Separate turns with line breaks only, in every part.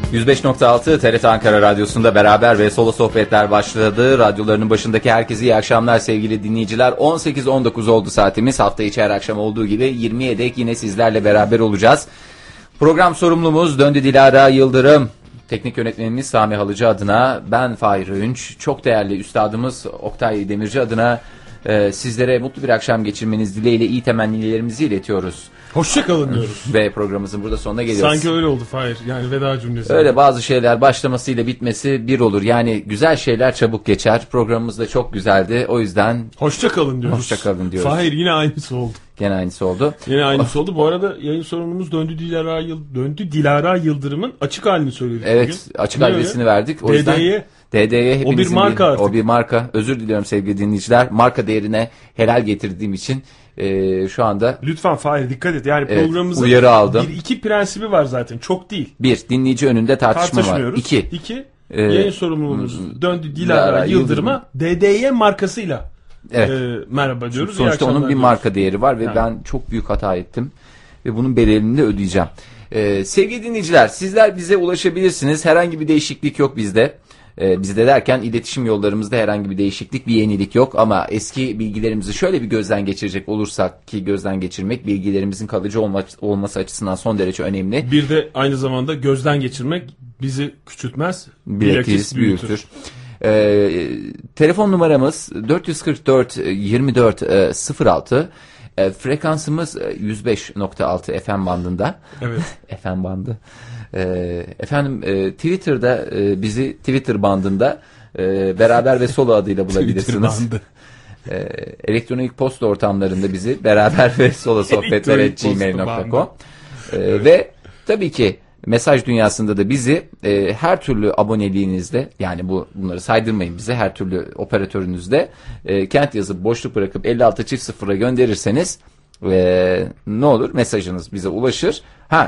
105.6 TRT Ankara Radyosu'nda beraber ve solo sohbetler başladı. Radyolarının başındaki herkese iyi akşamlar sevgili dinleyiciler. 18.19 oldu saatimiz. Hafta içi her akşam olduğu gibi 20'ye dek yine sizlerle beraber olacağız. Program sorumlumuz Döndü Dilara Yıldırım. Teknik yönetmenimiz Sami Halıcı adına, ben Fahir Öğünç, çok değerli üstadımız Oktay Demirci adına sizlere mutlu bir akşam geçirmeniz dileğiyle iyi temennilerimizi iletiyoruz.
Hoşçakalın diyoruz.
Ve programımızın burada sonuna geliyoruz.
Sanki öyle oldu Fahir. Yani veda cümlesi.
Öyle, bazı şeyler başlamasıyla bitmesi bir olur. Yani güzel şeyler çabuk geçer. Programımız da çok güzeldi. O yüzden
hoşçakalın diyoruz.
Hoşçakalın diyoruz.
Fahir yine aynısı oldu.
Gene aynısı oldu.
Yine aynısı oldu. Bu arada yayın sorumlumuz Döndü Dilara Yıldırım'ın açık halini söyledik.
Evet, bugün. Açık adresini verdik. O yüzden DD'ye hepinizin
o bir marka artık.
O bir marka. Özür diliyorum sevgili dinleyiciler. Marka değerine helal getirdiğim için şu anda
lütfen Fahir dikkat et. Yani programımızın
uyarı aldım.
iki prensibi var zaten. Çok değil.
1. Dinleyici önünde tartışma var. 2.
Yayın sorumlumuz Döndü Dilara Yıldırım'a DD'ye markasıyla merhaba diyoruz.
Sonuçta onun bir marka değeri var ve ben çok büyük hata ettim. Ve bunun bedelini de ödeyeceğim. Sevgili dinleyiciler, sizler bize ulaşabilirsiniz. Herhangi bir değişiklik yok bizde. Bizde derken iletişim yollarımızda herhangi bir değişiklik, bir yenilik yok. Ama eski bilgilerimizi şöyle bir gözden geçirecek olursak, ki gözden geçirmek bilgilerimizin kalıcı olması açısından son derece önemli.
Bir de aynı zamanda gözden geçirmek bizi küçültmez, bilakis büyütür.
Telefon numaramız 444 24 06. Frekansımız 105.6 FM bandında.
Evet.
FM bandı. Efendim Twitter'da bizi Twitter bandında beraber ve solo adıyla bulabilirsiniz. Elektronik posta ortamlarında bizi beraber ve solo sohbetler@gmail.com ve tabii ki mesaj dünyasında da bizi her türlü aboneliğinizde, yani bunları saydırmayın bize, her türlü operatörünüzde kent yazıp boşluk bırakıp 5600'a gönderirseniz ne olur, mesajınız bize ulaşır.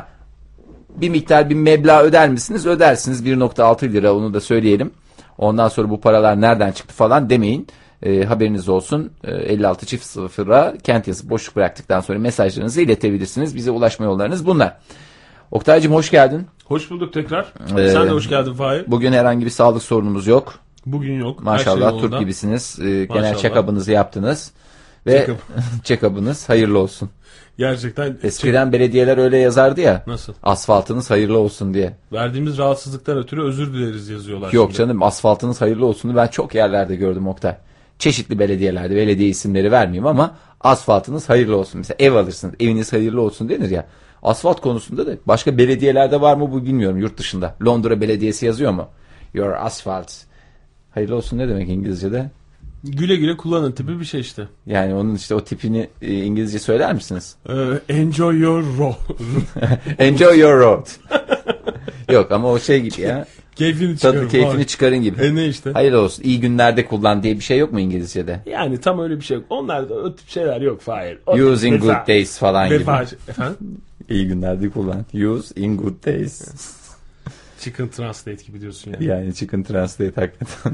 Bir meblağ öder misiniz? Ödersiniz, 1.6 lira, onu da söyleyelim. Ondan sonra bu paralar nereden çıktı falan demeyin. Haberiniz olsun. 5600'a kent yazıp boşluk bıraktıktan sonra mesajlarınızı iletebilirsiniz. Bize ulaşma yollarınız bunlar. Oktay'cığım hoş geldin.
Hoş bulduk tekrar. Sen de hoş geldin Fahir.
Bugün herhangi bir sağlık sorunumuz yok.
Bugün yok.
Maşallah, Türk gibisiniz. Genel check-up'ınızı yaptınız. Ve check-up'ınız hayırlı olsun.
Gerçekten.
Eskiden belediyeler öyle yazardı ya.
Nasıl?
Asfaltınız hayırlı olsun diye.
Verdiğimiz rahatsızlıktan ötürü özür dileriz yazıyorlar.
Yok şimdi. Canım, asfaltınız hayırlı olsunu ben çok yerlerde gördüm Oktay. Çeşitli belediyelerde, belediye isimleri vermeyeyim ama asfaltınız hayırlı olsun. Mesela ev alırsınız, eviniz hayırlı olsun denir ya. Asfalt konusunda da başka belediyelerde var mı bu bilmiyorum, yurt dışında. Londra Belediyesi yazıyor mu? Your asphalt. Hayırlı olsun ne demek İngilizce'de?
Güle güle kullanın tipi bir şey işte.
Yani onun işte o tipini İngilizce söyler misiniz?
Enjoy your road.
Enjoy your road. Yok ama o şey gibi ya. Keyfini çıkarın gibi.
Ne işte?
Hayırlı olsun. İyi günlerde kullan diye bir şey yok mu İngilizce'de?
Yani tam öyle bir şey yok. Onlarda o tip şeyler yok Fahir.
Use in good days falan gibi.
Efendim?
İyi günlerde kullan. Use in good days.
Chicken Translate gibi diyorsun yani.
Yani Chicken Translate hakikaten.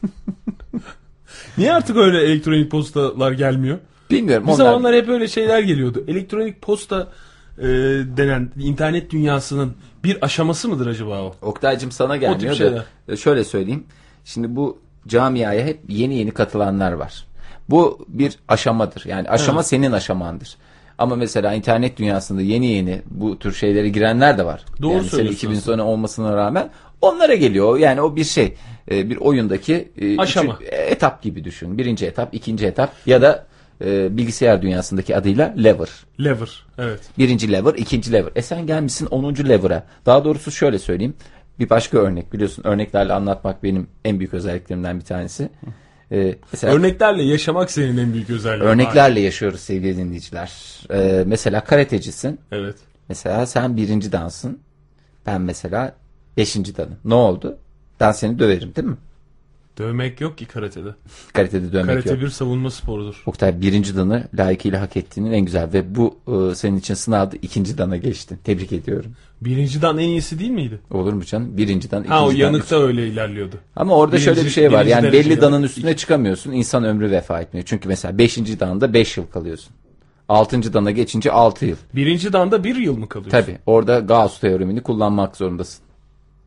Niye artık öyle elektronik postalar gelmiyor?
Bilmiyorum.
Bir zamanlar hep öyle şeyler geliyordu. Elektronik posta denen internet dünyasının bir aşaması mıdır acaba o?
Oktay'cığım sana gelmiyor da şöyle söyleyeyim. Şimdi bu camiaya hep yeni katılanlar var. Bu bir aşamadır. Yani aşama senin aşamandır. Ama mesela internet dünyasında yeni bu tür şeylere girenler de var.
Doğru
yani
söylüyorsun.
2000 sonra olmasına rağmen onlara geliyor. Yani o bir şey. Bir oyundaki
aşama.
Etap gibi düşün. Birinci etap, ikinci etap ya da bilgisayar dünyasındaki adıyla lever.
Lever, evet.
Birinci lever, ikinci lever. Sen gelmişsin 10. lever'a. Daha doğrusu şöyle söyleyeyim. Bir başka örnek, biliyorsun örneklerle anlatmak benim en büyük özelliklerimden bir tanesi.
Mesela, örneklerle yaşamak senin en büyük özelliğin.
Örneklerle yaşıyoruz sevgili dinleyiciler. Mesela karatecisin.
Evet.
Mesela sen 1. dansın. Ben mesela 5. danım. Ne oldu? Ben seni döverim değil mi?
Dövmek yok ki karatede.
Karatede dövmek yok.
Karate bir savunma sporudur.
Oktay 1. danı layıkıyla hak ettiğinin en güzel ve bu senin için sınavdı. 2. dana geçtin. Tebrik ediyorum.
1. dan en iyisi değil miydi?
Olur mu canım? 1. dan, 2. dan.
O yanıkta öyle ilerliyordu.
Ama orada şöyle bir şey var. Yani belli danın üstüne çıkamıyorsun. İnsan ömrü vefa etmiyor. Çünkü mesela 5. danda 5 yıl kalıyorsun. 6. dana geçince 6 yıl.
1. danda 1 yıl mı kalıyorsun?
Tabii. Orada Gauss teoremini kullanmak zorundasın.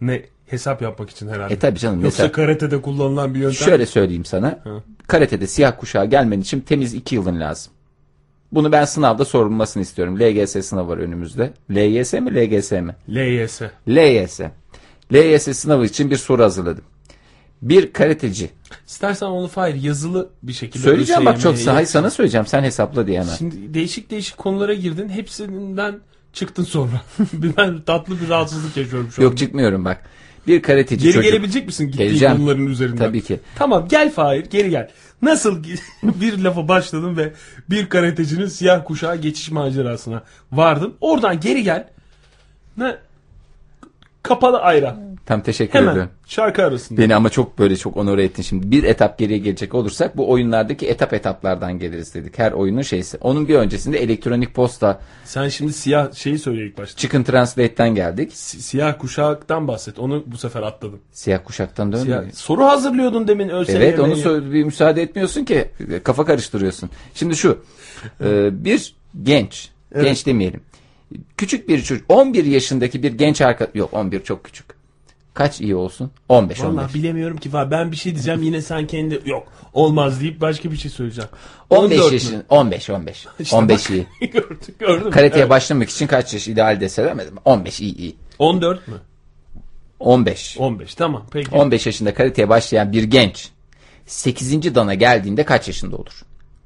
Ne? Hesap yapmak için herhalde.
Tabii canım.
Yoksa
mesela,
karatede kullanılan bir yöntem.
şöyle söyleyeyim sana. Karatede siyah kuşağa gelmen için temiz 2 yılın lazım. Bunu ben sınavda sorulmasını istiyorum. LGS sınavı var önümüzde. LYS mi LGS mi?
LYS.
LYS. LYS sınavı için bir soru hazırladım. Bir karateci.
İstersen onu Fahir yazılı bir şekilde.
Söyleyeceğim bak, çok hayır, sana söyleyeceğim. Sen hesapla diye hemen.
Şimdi değişik konulara girdin. Hepsinden çıktın sonra. Ben tatlı bir rahatsızlık yaşıyorum şu an.
Yok, çıkmıyorum bak. Bir karateci
geri
çocuk.
gelebilecek misin gittiğin
Geleceğim.
konuların üzerinden?
Tabii ki.
Tamam, gel Fahir, geri gel. Nasıl bir lafa başladın ve bir karatecinin siyah kuşağa geçiş macerasına vardın. Oradan geri gel. Ne? Kapalı ayran.
Tam teşekkür
Hemen
ediyorum.
şarkı arasında.
Beni ama çok böyle çok onore ettin şimdi. Bir etap geriye gelecek olursak bu oyunlardaki etaplardan geliriz dedik. Her oyunun şeysi. Onun bir öncesinde elektronik posta.
Sen şimdi siyah şeyi söyle ilk başta.
Chicken Translate'ten geldik.
Siyah kuşaktan bahset. Onu bu sefer atladım.
Siyah kuşaktan dönmüyor.
Soru hazırlıyordun demin ÖSYM'ye.
Evet, onu bir müsaade etmiyorsun ki. Kafa karıştırıyorsun. Şimdi şu. Bir genç. Evet. Genç demeyelim. Küçük bir çocuk. 11 yaşındaki bir genç arkadaş. Yok, 11 çok küçük. Kaç iyi olsun? 15.
Vallahi bilemiyorum ki. Ben bir şey diyeceğim, yine sen kendi yok olmaz deyip başka bir şey söyleyeceğim.
15 yaşın. 15. İşte 15 iyi.
Gördüm.
Karateye başlamak için kaç yaş ideal deseler mi? 15 iyi.
14 mü?
15.
15 tamam peki.
15 yaşında karateye başlayan bir genç 8. dana geldiğinde kaç yaşında olur?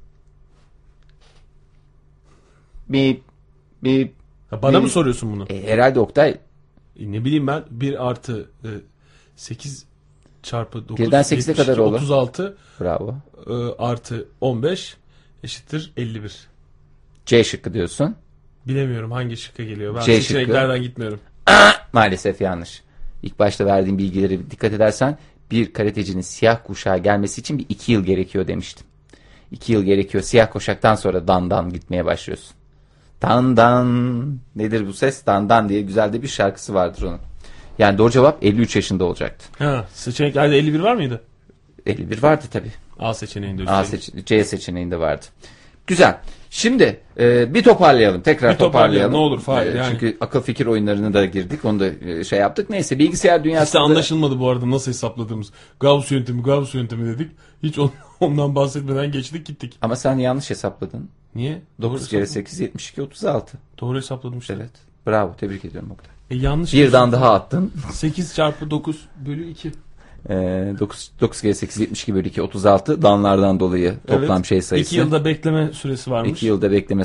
Bana mı soruyorsun bunu?
Herhalde Oktay.
Ne bileyim ben, 1 artı 8 çarpı 9.
Birden 8'e kadar olur.
36
Bravo.
Artı 15 eşittir 51.
C şıkkı diyorsun.
Bilemiyorum hangi şıkka geliyor. Ben
C
seçeneklerden gitmiyorum.
Maalesef yanlış. İlk başta verdiğim bilgileri dikkat edersen bir karatecinin siyah kuşağa gelmesi için bir 2 yıl gerekiyor demiştim. 2 yıl gerekiyor. Siyah kuşaktan sonra dan gitmeye başlıyorsun. Dan nedir bu ses? Dan diye güzel de bir şarkısı vardır onun. Yani doğru cevap 53 yaşında olacaktı.
Seçeneklerde 51 var mıydı?
51 vardı tabii.
A seçeneğinde.
C seçeneğinde vardı. Güzel. Şimdi bir toparlayalım. Tekrar toparlayalım.
Ne olur Fahir. Yani.
Çünkü akıl fikir oyunlarına da girdik. Onu da şey yaptık. Neyse, bilgisayar dünyasında...
İşte anlaşılmadı bu arada nasıl hesapladığımız. Gauss yöntemi dedik. Hiç ondan bahsetmeden geçtik gittik.
Ama sen yanlış hesapladın.
Niye?
9 kere 8 72 36.
Doğru hesapladım işte.
Evet. Bravo. Tebrik ediyorum Oktay.
Yanlış.
Birden daha attın.
8 çarpı 9 bölü 2.
9 kere 8 72 bölü 2 36. Danlardan dolayı toplam şey sayısı.
2 yılda bekleme süresi varmış.
2 yılda bekleme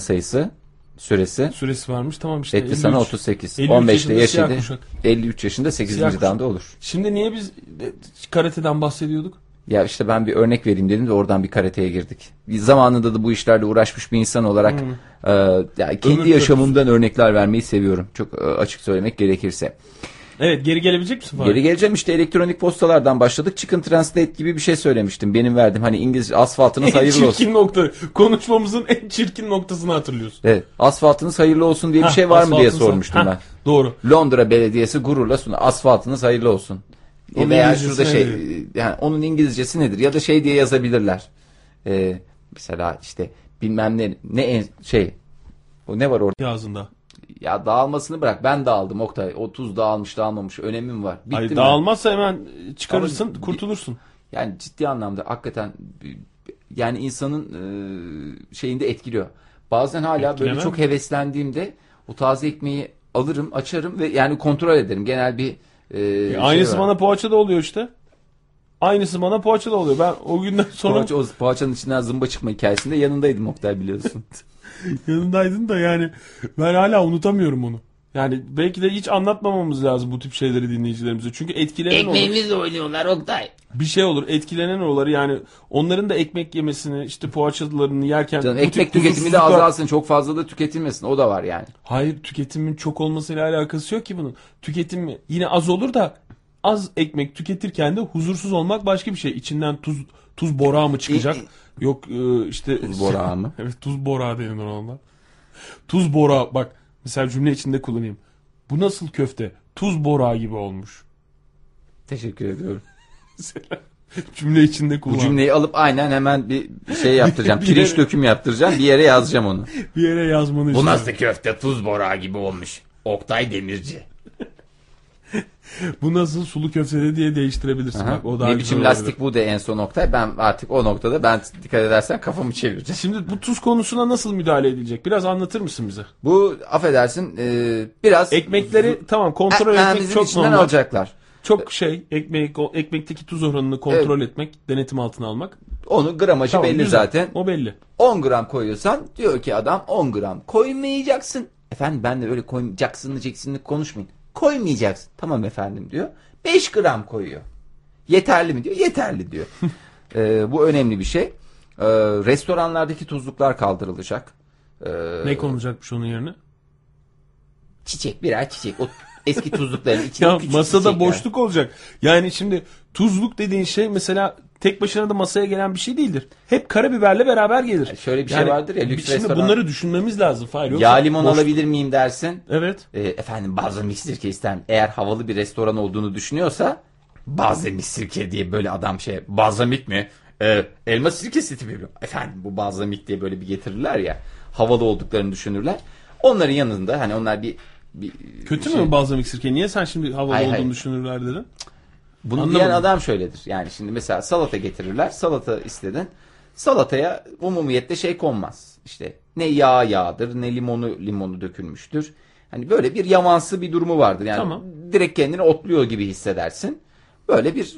süresi
varmış. Tamam işte.
Etti
53.
sana 38.
15'te
yaşadı. 53 yaşında 8. danda olur.
Şimdi niye biz karateden bahsediyorduk?
Ya işte ben bir örnek vereyim dedim de oradan bir karateye girdik. Zamanında da bu işlerle uğraşmış bir insan olarak yani kendi yaşamımdan örnekler vermeyi seviyorum. Çok açık söylemek gerekirse.
Evet, geri gelebilecek misin?
Geri geleceğim işte, elektronik postalardan başladık. Chicken Translate gibi bir şey söylemiştim. Benim verdim hani İngilizce asfaltınız hayırlı olsun.
Çirkin nokta. Konuşmamızın en çirkin noktasını hatırlıyorsun.
Evet, asfaltınız hayırlı olsun diye bir şey var mı diye sormuştum ben.
Doğru.
Londra Belediyesi gururla sunuyor. Asfaltınız hayırlı olsun. Veya şurada yani onun İngilizcesi nedir? Ya da şey diye yazabilirler. Mesela işte bilmem ne o ne var orada?
Yazında.
Ya dağılmasını bırak. Ben dağıldım Oktay. O tuz dağılmış dağılmamış önemi mi var?
Hayır, dağılmazsa hemen çıkarırsın, ama kurtulursun.
Yani ciddi anlamda hakikaten yani insanın şeyinde etkiliyor. Bazen hala böyle çok heveslendiğimde o taze ekmeği alırım, açarım ve yani kontrol ederim. Genel bir
aynısı bana poğaçada oluyor işte. Aynısı bana poğaçada oluyor. Ben o günden sonra...
Poğaçanın içinden zımba çıkma hikayesinde yanındaydım Oktay, biliyorsun.
Yanındaydın da yani ben hala unutamıyorum onu. Yani belki de hiç anlatmamamız lazım bu tip şeyleri dinleyicilerimize. Çünkü etkilenen
ekmeğimizle oynuyorlar Oktay.
Bir şey olur, etkilenen olur. Yani onların da ekmek yemesini, işte poğaçalarını yerken...
Canım, ekmek tüketimi de azalsın. Çok fazla da tüketilmesin. O da var yani.
Hayır, tüketimin çok olmasıyla alakası yok ki bunun. Tüketim yine az olur da az ekmek tüketirken de huzursuz olmak başka bir şey. İçinden tuz borağı mı çıkacak? Yok işte...
Tuz borağı mı?
Evet, tuz borağı denir ona. Tuz borağı, bak mesela cümle içinde kullanayım. Bu nasıl köfte? Tuz borağı gibi olmuş.
Teşekkür ediyorum.
Cümle içinde kullan.
Bu cümleyi alıp aynen hemen bir şey yaptıracağım. Pirinç döküm yaptıracağım. Bir yere yazacağım onu.
Bir yere yazmanı
istiyorum. Bu nasıl köfte? Tuz borağı gibi olmuş. Oktay Demirci.
Bu nasıl sulu köftede diye değiştirebilirsin.
Aha.
Bak, o daha
ne biçim lastik bu de en son nokta. Ben artık o noktada dikkat edersen kafamı çevireceğim.
Şimdi bu tuz konusuna nasıl müdahale edilecek? Biraz anlatır mısın bize?
Bu affedersin biraz...
Ekmekleri tamam kontrol etmek çok
içinden
normal.
alacaklar.
Çok ekmekteki tuz oranını kontrol etmek, denetim altına almak.
Onu gramajı
Tamam,
belli
güzel.
zaten.
O belli.
10 gram koyuyorsan diyor ki adam 10 gram koymayacaksın. Efendim ben de öyle koymayacaksınlık konuşmayın. Koymayacaksın. Tamam efendim diyor. 5 gram koyuyor. Yeterli mi diyor. Yeterli diyor. Bu önemli bir şey. Restoranlardaki tuzluklar kaldırılacak.
Ne konulacakmış onun yerine?
Çiçek, birer çiçek. O eski tuzlukların içinde
Ya
küçük
masada
çiçekler.
boşluk olacak. Yani şimdi tuzluk dediğin şey mesela tek başına da masaya gelen bir şey değildir. Hep karabiberle beraber gelir.
Yani şöyle bir şey vardır ya, lüks
şimdi
restoran.
bunları düşünmemiz lazım. Fahir.
Yağ limon alabilir miyim dersin.
Evet.
Efendim balzamik sirke ister mi? Eğer havalı bir restoran olduğunu düşünüyorsa balzamik sirke diye böyle adam balzamik mi? Elma sirkesi tipi mi? Efendim bu balzamik diye böyle bir getirirler ya. Havalı olduklarını düşünürler. Onların yanında hani onlar bir
kötü
şey...
mü balzamik sirke? Niye sen şimdi havalı
Hayır,
olduğunu
hayır.
düşünürler dedin?
Bunu
Anlamadım.
diyen adam şöyledir. Yani şimdi mesela salata getirirler. Salata istedin. Salataya umumiyette konmaz. İşte ne yağdır ne limonu dökülmüştür. Hani böyle bir yavansı bir durumu vardır. Yani
tamam.
Direkt kendini otluyor gibi hissedersin. Böyle bir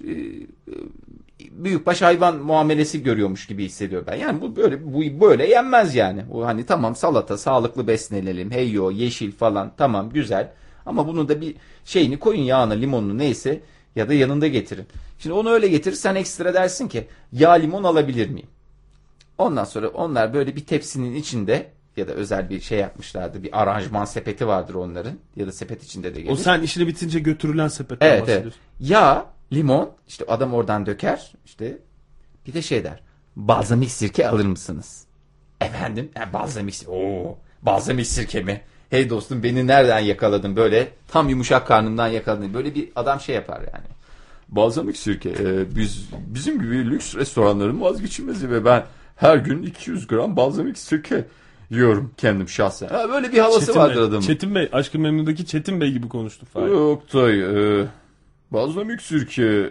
büyükbaş hayvan muamelesi görüyormuş gibi hissediyor ben. Yani bu böyle yenmez yani. O hani tamam salata, sağlıklı beslenelim. Heyo, yeşil falan tamam güzel. Ama bunun da bir şeyini koyun, yağını, limonunu neyse ya da yanında getirin. Şimdi onu öyle getirir, sen ekstra dersin ki yağ limon alabilir miyim? Ondan sonra onlar böyle bir tepsinin içinde ya da özel bir şey yapmışlardı. Bir aranjman sepeti vardır onların. Ya da sepet içinde de gelir.
O sen işini bitince götürülen sepetten
Evet,
bahsediyorsun.
evet. Yağ, limon, işte adam oradan döker. İşte bir de der. Balzamik sirke alır mısınız? Efendim? Balzamik sirke. Balzamik sirke mi? Hey dostum beni nereden yakaladın böyle? Tam yumuşak karnımdan yakaladın. Böyle bir adam yapar yani. Balzamik sirke. Bizim gibi lüks restoranların vazgeçilmezi ve ben her gün 200 gram balzamik sirke yiyorum kendim şahsen. Böyle bir havası
Çetin
vardır
Bey,
adamın.
Çetin Bey, Aşk-ı Memnu'daki Çetin Bey gibi konuştu.
Yok dayı. Balzamik sirke.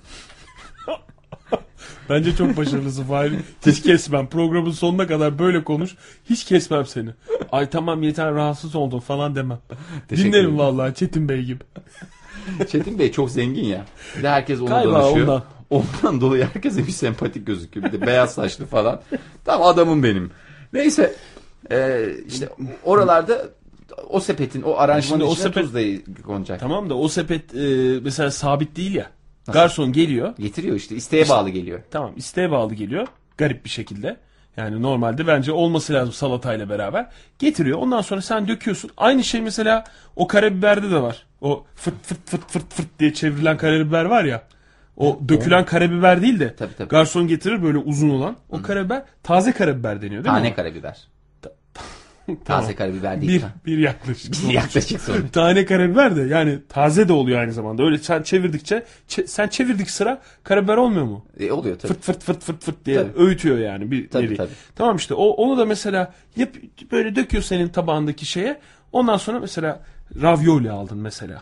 Bence çok başarılısın Fahir. Hiç kesmem. Programın sonuna kadar böyle konuş. Hiç kesmem seni. Ay tamam yeter rahatsız oldum falan demem. Dinlerim vallahi Çetin Bey gibi.
Çetin Bey çok zengin ya. Bir de herkes onu
Galiba
danışıyor. Ondan dolayı herkese bir sempatik gözüküyor. Bir de beyaz saçlı falan. Tam adamım benim. Neyse. İşte oralarda o sepetin, o aranjmanın içine tuz da konacak.
Tamam da o sepet mesela sabit değil ya. Nasıl? Garson geliyor.
Getiriyor işte. İsteğe bağlı geliyor.
Tamam isteğe bağlı geliyor. Garip bir şekilde. Yani normalde bence olması lazım salatayla beraber. Getiriyor. Ondan sonra sen döküyorsun. Aynı şey mesela o karabiberde de var. O fırt fırt fırt fırt fırt diye çevrilen karabiber var ya. O dökülen karabiber değil de
tabii.
Garson getirir böyle uzun olan. O karabiber taze karabiber deniyor değil mi?
Tane karabiber. Taze karabiber değil.
Bir yaklaşık.
Bir yaklaşık sonuç.
Tane karabiber de yani taze de oluyor aynı zamanda. Öyle sen çevirdikçe sen çevirdik sıra karabiber olmuyor mu?
Oluyor tabii.
Fırt fırt fırt fırt fırt diye öğütüyor yani bir
tabii.
Tamam işte onu da mesela böyle döküyor senin tabağındaki şeye. Ondan sonra mesela ravioli aldın mesela.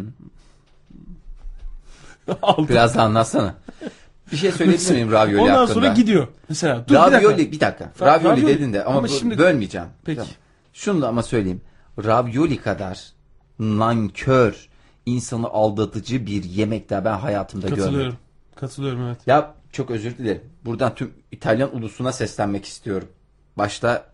Aldın. Biraz da anlatsana. Bir şey söyleyebilir miyim ravioli hakkında?
Ondan sonra gidiyor. Mesela
ravioli bir dakika. Ravioli dedin de ama
şimdi
bölmeyeceğim.
Peki.
Tamam. Şunu da ama söyleyeyim. Ravioli kadar nankör, insanı aldatıcı bir yemek daha ben hayatımda görmedim.
Katılıyorum evet.
Ya çok özür dilerim. Buradan tüm İtalyan ulusuna seslenmek istiyorum. Başta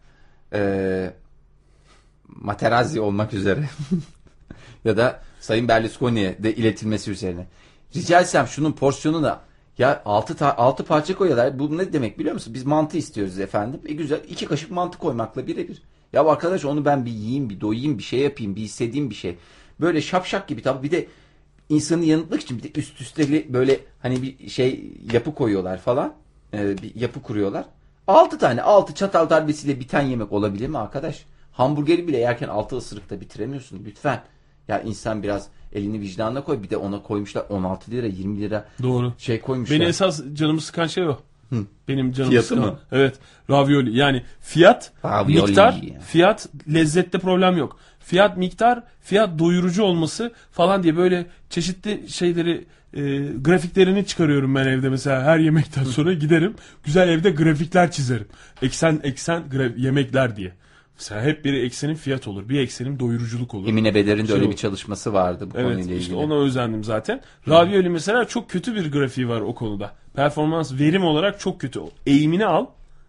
Materazzi olmak üzere ya da Sayın Berlusconi'ye de iletilmesi üzerine. Rica etsem şunun porsiyonu da ya 6 parça koyuyorlar. Bu ne demek biliyor musun? Biz mantı istiyoruz efendim. Güzel 2 kaşık mantı koymakla birebir. Ya arkadaş onu ben bir yiyeyim, bir doyayım, bir şey yapayım, bir hissedeyim bir şey. Böyle şapşak gibi tabii bir de insanı yanıltmak için bir de üst üste böyle hani bir şey yapı koyuyorlar falan. Bir yapı kuruyorlar. 6 çatal darbesiyle biten yemek olabilir mi arkadaş? Hamburgeri bile yerken 6 ısırıkta bitiremiyorsun lütfen. Ya insan biraz elini vicdanına koy. Bir de ona koymuşlar 16 lira 20 lira
Doğru.
koymuşlar.
Beni esas canımı sıkan şey o. Benim canım
Fiyatı
sıkılan.
mı?
Evet. Ravioli. Yani fiyat,
Ravioli.
miktar, fiyat, lezzette problem yok. Fiyat, miktar, fiyat doyurucu olması falan diye böyle çeşitli şeyleri grafiklerini çıkarıyorum ben evde mesela her yemekten sonra giderim. Güzel evde grafikler çizerim. Eksen yemekler diye. Mesela hep biri eksenin fiyat olur. Bir eksenin doyuruculuk olur.
Emine Beder'in de öyle
olur.
bir çalışması vardı bu konuyla ilgili.
İşte ona özendim zaten. Ravioli mesela çok kötü bir grafiği var o konuda. Performans verim olarak çok kötü. Eğimini al.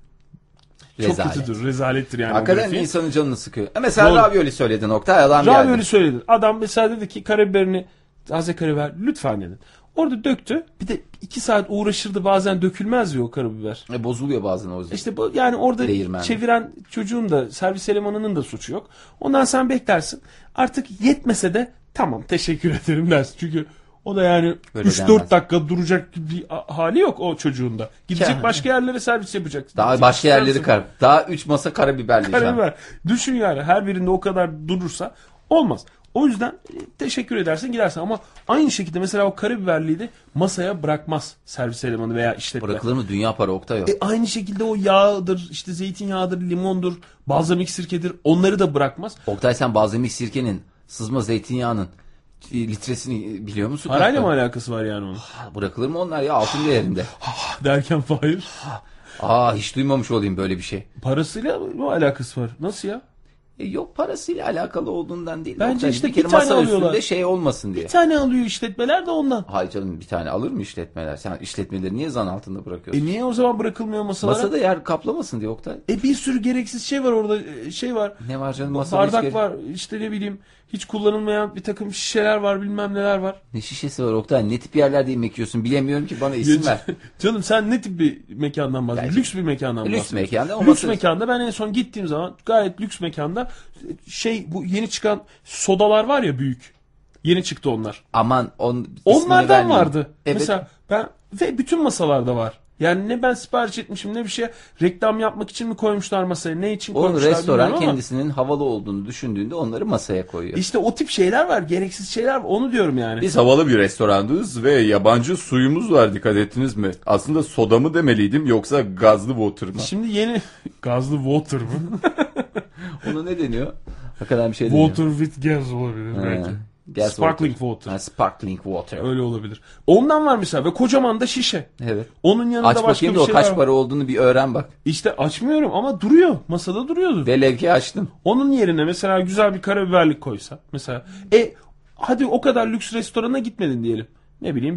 Rezalet.
Çok kötüdür. Rezalettir yani.
Hakikaten insanın canını sıkıyor. Mesela
Doğru.
ravioli söyledin Oktay. Adam
Ravioli
geldi.
söyledin. Adam mesela dedi ki karabiberini taze karabiber lütfen dedi. Orada döktü. Bir de 2 saat uğraşırdı, bazen dökülmez ya o karabiber.
Bozuluyor bazen o yüzden.
İşte yani orada
Değirmen.
çeviren çocuğun da servis elemanının da suçu yok. Ondan sen beklersin. Artık yetmese de tamam teşekkür ederim dersin. Çünkü o da yani
Böyle
3-4
denmez.
dakika duracak bir hali yok o çocuğun da. Gidecek
Yani.
başka yerlere servis yapacak.
Daha
Gidecek
başka yerleri
servis yapacak.
Daha 3 masa karabiberli şu an.
Karabiber. Düşün yani her birinde o kadar durursa olmaz. O yüzden teşekkür edersin gidersin ama aynı şekilde mesela o karabiberliği de masaya bırakmaz servis elemanı veya işletme.
Bırakılır mı? Dünya para Oktay yok.
Aynı şekilde o yağdır, işte zeytinyağıdır, limondur, balzamik sirkedir onları da bırakmaz.
Oktay sen balzamik sirkenin, sızma zeytinyağının litresini biliyor musun?
Parayla mı alakası var yani onun?
Bırakılır mı onlar ya altın değerinde?
Derken Fahir.
Hiç duymamış olayım böyle bir şey.
Parasıyla mı alakası var? Nasıl ya?
Yok parasıyla alakalı olduğundan değil.
Bence
Oktay,
işte
bir kere
bir tane
masa
alıyorlar.
üstünde şey olmasın diye.
Bir tane alıyor işletmeler de ondan.
Hayır canım bir tane alır mı işletmeler? Sen işletmeleri niye zan altında bırakıyorsun?
Niye o zaman bırakılmıyor masalara?
Masada yer kaplamasın diye Oktay.
Bir sürü gereksiz şey var orada. Şey var.
Ne var canım masada hiç
Bardak var. İşte ne bileyim hiç kullanılmayan bir takım şişeler var, bilmem neler var.
Ne şişesi var Oktay? Ne tip yerlerde yemek yiyorsun? Bilemiyorum ki bana isim ver.
Canım sen ne tip bir mekandan bahsediyorsun? Lüks bir mekandan bahsediyorsun.
Lüks mekanda.
Lüks mekanda ben en son gittiğim zaman gayet lüks mekanda bu yeni çıkan sodalar var ya büyük. Yeni çıktı onlar.
Aman
Onlardan vardı.
Evet.
Mesela ve bütün masalarda var. Yani ne ben sipariş etmişim ne bir şey reklam yapmak için mi koymuşlar masaya, ne için
Onu
koymuşlar
restoran
bilmiyorum ama
kendisinin havalı olduğunu düşündüğünde onları masaya koyuyor.
İşte o tip şeyler var, gereksiz şeyler var. Onu diyorum yani.
Biz havalı bir restorandayız ve yabancı suyumuz var, dikkat ettiniz mi? Aslında soda mı demeliydim yoksa gazlı water mı?
Şimdi yeni gazlı water mı?
Ona ne deniyor? Hakikaten bir şey deniyor.
Water with gas olabilir belki.
Gas
Sparkling water.
Sparkling water.
Öyle olabilir. Ondan var mesela ve kocaman da şişe.
Evet.
Onun yanında
Aç
başka
bakayım
bir
da o
şeyler
kaç
var.
para olduğunu bir öğren bak.
İşte açmıyorum ama duruyor. Masada duruyordu.
Ve levke açtım.
Onun yerine mesela güzel bir karabiberlik koysa. Mesela hadi o kadar lüks restorana gitmedin diyelim. Ne bileyim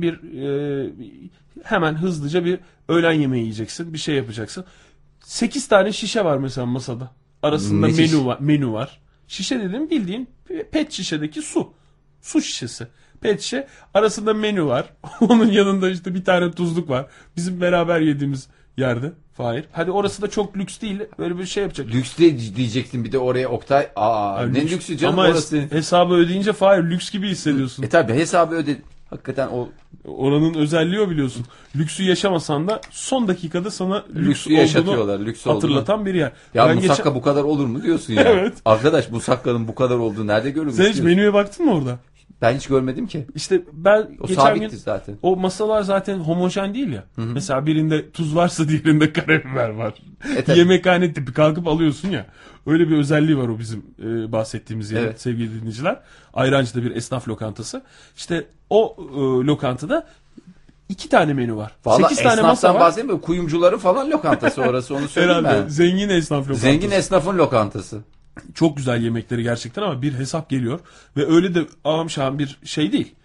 hemen hızlıca bir öğlen yemeği yiyeceksin. Bir şey yapacaksın. 8 tane şişe var mesela masada. Arasında
Müthiş.
menü var. Şişe dedim bildiğin pet şişedeki su. Su şişesi. Pet şişe. Arasında menü var. Onun yanında işte bir tane tuzluk var. Bizim beraber yediğimiz yerde. Fahir. Hadi orası da çok lüks değil. Böyle bir şey yapacak.
Lüks de diyecektin bir de oraya Oktay. Ne lüksü canım
ama
orası.
hesabı ödeyince Fahir lüks gibi hissediyorsun.
Tabi hesabı ödedi. Hakikaten o
Oranın özelliği o biliyorsun. Lüksü yaşamasan da son dakikada sana
lüksü
olduğunu
yaşatıyorlar. Lüks
hatırlatan bir yer.
Ya
Ben
musakka bu kadar olur mu diyorsun ya?
Evet.
Arkadaş musakkanın bu kadar olduğu nerede görülmüş?
Sen hiç
diyorsun?
menüye baktın mı orada?
Ben hiç görmedim ki.
İşte ben
O
geçen
sabitti
gün
zaten.
o masalar zaten homojen değil ya. Mesela birinde tuz varsa diğerinde karabiber var.
Tabii.
Yemekhane tipi kalkıp alıyorsun ya. Öyle bir özelliği var o bizim bahsettiğimiz yerin
Evet.
sevgili dinleyiciler. Ayrancı'da bir esnaf lokantası. İşte o lokantada 2 tane menü var.
Valla
8 tane masa
esnaftan
var.
bahsedeyim mi? Kuyumcuların falan lokantası orası onu söyleyeyim
Herhalde
ben.
zengin esnaf lokantası.
Zengin esnafın lokantası.
Çok güzel yemekleri gerçekten ama bir hesap geliyor. Ve öyle de ağam bir şey değil.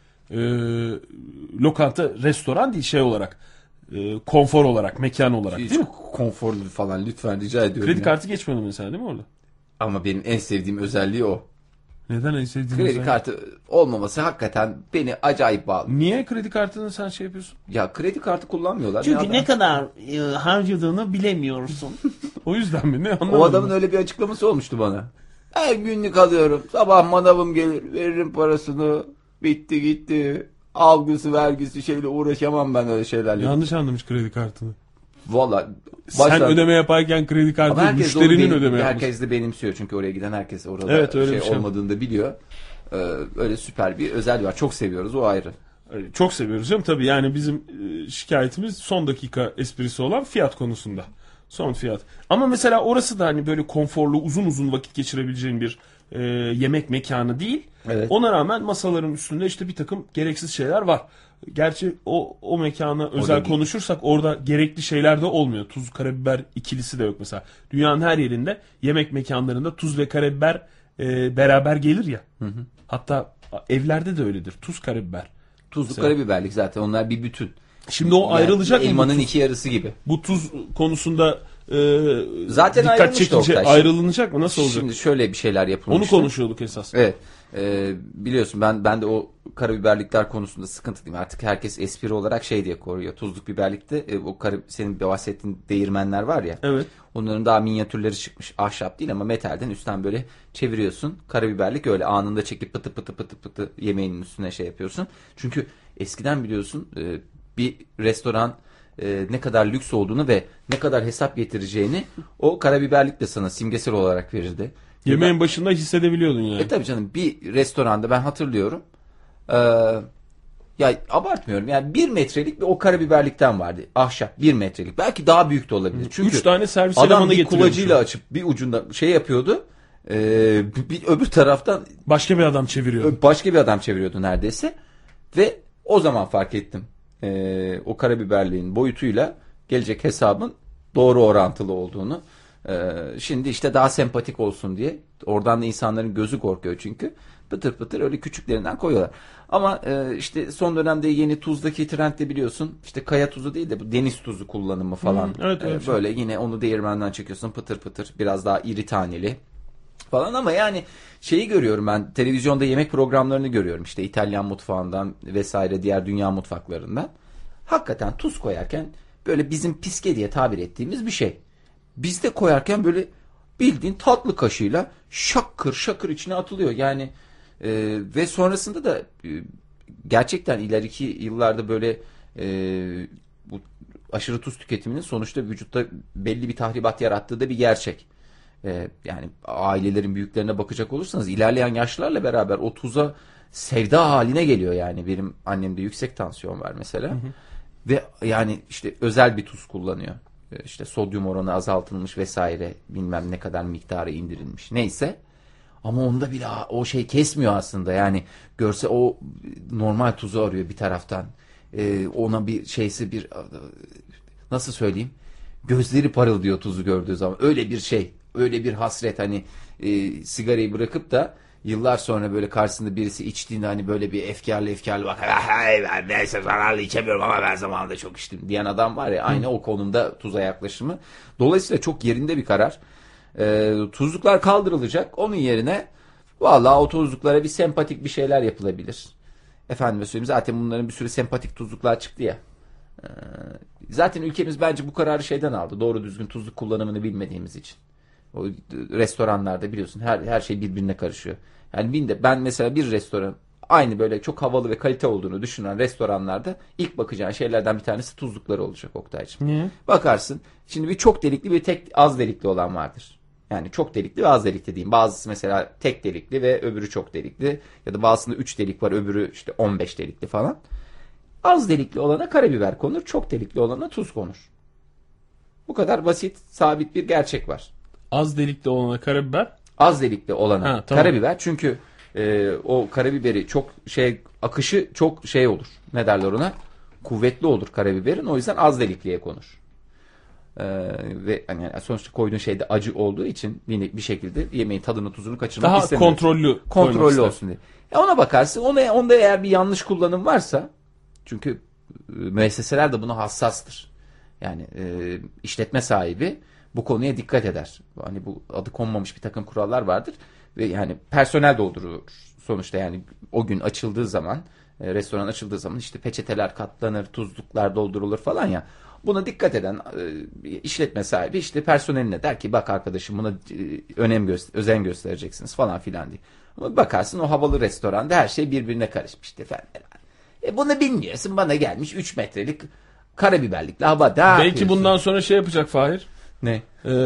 Lokanta, restoran değil şey olarak. Konfor olarak, mekan olarak
Hiç
değil mi?
konforlu falan lütfen rica ediyorum.
Kredi
ya.
kartı geçmiyordu mesela değil mi orada?
Ama benim en sevdiğim özelliği o.
Neden en sevdiğin
Kredi
özellik?
kartı olmaması hakikaten beni acayip bağlı.
Niye kredi kartını sen şey yapıyorsun?
Ya kredi kartı kullanmıyorlar.
Çünkü ne
adam?
kadar harcadığını bilemiyorsun. O yüzden mi? Ne anlamadım.
O adamın öyle bir açıklaması olmuştu bana. Her günlük alıyorum. Sabah manavım gelir. Veririm parasını. Bitti gitti. Algısı vergisi şeyle uğraşamam ben öyle şeylerle.
Yanlış anlamış kredi kartını.
Valla.
Sen ödeme yaparken kredi kartı
Ama herkes de onu
müşterinin ödeme yapması.
herkes de benimsiyor çünkü oraya giden herkes orada
Evet, öyle bir
şey
şey.
olmadığını da biliyor. Öyle süper bir özelliği var. Çok seviyoruz o ayrı.
Çok seviyoruz canım tabii, yani bizim şikayetimiz son dakika esprisi olan fiyat konusunda. Son fiyat. Ama mesela orası da hani böyle konforlu, uzun uzun vakit geçirebileceğin bir yemek mekanı değil.
Evet.
Ona rağmen masaların üstünde işte bir takım gereksiz şeyler var. Gerçi o mekana özel konuşursak orada gerekli şeyler de olmuyor. Tuz, karabiber ikilisi de yok mesela. Dünyanın her yerinde yemek mekanlarında tuz ve karabiber beraber gelir ya. Hı hı. Hatta evlerde de öyledir. Tuz, karabiber.
Tuzlu
mesela.
Karabiberlik zaten onlar bir bütün.
Şimdi o ayrılacak mı?
Elmanın iki yarısı gibi.
Bu tuz konusunda
zaten
dikkat çekince ayrılınacak mı? Nasıl olacak?
Şimdi şöyle bir şeyler yapılmıştı.
Onu konuşuyorduk esas.
Evet. Biliyorsun ben de o karabiberlikler konusunda sıkıntılıyım. Artık herkes espri olarak şey diye koruyor. Tuzluk biberlikte senin bahsettiğin değirmenler var ya.
Evet.
Onların daha minyatürleri çıkmış. Ahşap değil ama metalden üstten böyle çeviriyorsun. Karabiberlik öyle anında çekip pıtı pıtı pıtı pıtı yemeğinin üstüne şey yapıyorsun. Çünkü eskiden biliyorsun bir restoran ne kadar lüks olduğunu ve ne kadar hesap getireceğini o karabiberlik de sana simgesel olarak verirdi.
Yemeğin başında hissedebiliyordun yani.
Tabii canım, bir restoranda ben hatırlıyorum. Ya abartmıyorum yani 1 metrelik bir o karabiberlikten vardı. Ahşap 1 metrelik. Belki daha büyük de olabilir. Çünkü
3 tane servis
elemanı
elemanı
getiriyormuş. Adam bir kulacıyla açıp bir ucunda şey yapıyordu. Bir öbür taraftan
başka bir adam çeviriyordu
neredeyse. Ve o zaman fark ettim. O karabiberliğin boyutuyla gelecek hesabın doğru orantılı olduğunu. Şimdi işte daha sempatik olsun diye oradan da insanların gözü korkuyor çünkü pıtır pıtır öyle küçüklerinden koyuyorlar. Ama işte son dönemde yeni tuzdaki trend de biliyorsun işte kaya tuzu değil de bu deniz tuzu kullanımı falan.
Evet,
böyle yine onu değirmenden çekiyorsun pıtır pıtır biraz daha iri taneli falan. Ama yani şeyi görüyorum, ben televizyonda yemek programlarını görüyorum işte İtalyan mutfağından vesaire diğer dünya mutfaklarından. Hakikaten tuz koyarken böyle bizim piske diye tabir ettiğimiz bir şey. Bizde koyarken böyle bildiğin tatlı kaşığıyla şakır şakır içine atılıyor. Yani ve sonrasında da gerçekten ileriki yıllarda böyle bu aşırı tuz tüketiminin sonuçta vücutta belli bir tahribat yarattığı da bir gerçek. Yani ailelerin büyüklerine bakacak olursanız ilerleyen yaşlarla beraber o tuza sevda haline geliyor yani. Benim annemde yüksek tansiyon var mesela. Hı hı. Ve yani işte özel bir tuz kullanıyor. İşte sodyum oranı azaltılmış vesaire, bilmem ne kadar miktarı indirilmiş. Neyse. Ama onda bile o şey kesmiyor aslında. Yani görse o normal tuzu arıyor bir taraftan. Ona bir şeysi bir nasıl söyleyeyim? Gözleri parıldıyor tuzu gördüğü zaman. Öyle bir şey. Öyle bir hasret, hani sigarayı bırakıp da yıllar sonra böyle karşısında birisi içtiğinde hani böyle bir efkarlı bak ben neyse zararlı içemiyorum ama ben zamanında çok içtim diyen adam var ya, aynı o konumda tuza yaklaşımı. Dolayısıyla çok yerinde bir karar. Tuzluklar kaldırılacak. Onun yerine vallahi o tuzluklara bir sempatik bir şeyler yapılabilir. Efendime söyleyeyim, zaten bunların bir sürü sempatik tuzluklar çıktı ya. Zaten ülkemiz bence bu kararı şeyden aldı. Doğru düzgün tuzluk kullanımını bilmediğimiz için. O restoranlarda biliyorsun her şey birbirine karışıyor. Yani ben mesela bir restoran aynı böyle çok havalı ve kalite olduğunu düşünen restoranlarda ilk bakacağın şeylerden bir tanesi tuzlukları olacak Oktay'cığım.
Niye?
Bakarsın. Şimdi bir çok delikli bir tek az delikli olan vardır. Yani çok delikli ve az delikli diyeyim. Bazısı mesela tek delikli ve öbürü çok delikli. Ya da bazısında 3 delik var, öbürü işte 15 delikli falan. Az delikli olana karabiber konur, çok delikli olana tuz konur. Bu kadar basit, sabit bir gerçek var.
Az delikli olana karabiber?
Az delikli olana
tamam.
Karabiber, çünkü o karabiberi çok akışı çok olur. Ne derler ona? Kuvvetli olur karabiberin. O yüzden az delikliye konur. Ve yani sonuçta koyduğun şeyde acı olduğu için bir şekilde yemeğin tadını tuzunu kaçırmak istemiyorsun.
Daha
kontrollü olsun diye. Ona bakarsın. Onda eğer bir yanlış kullanım varsa, çünkü müesseseler de buna hassastır. Yani işletme sahibi bu konuya dikkat eder. Hani bu adı konmamış bir takım kurallar vardır ve yani personel doldurur sonuçta. Yani o gün açıldığı zaman, restoran açıldığı zaman işte peçeteler katlanır, tuzluklar doldurulur falan ya. Buna dikkat eden işletme sahibi işte personeline der ki bak arkadaşım, buna özen göstereceksiniz falan filan diye. Ama bakarsın o havalı restoranda her şey birbirine karışmış efendim. Bunu bilmiyorsun, bana gelmiş 3 metrelik karabiberlikle hava da.
Belki bundan sonra şey yapacak Fahir.
Ne?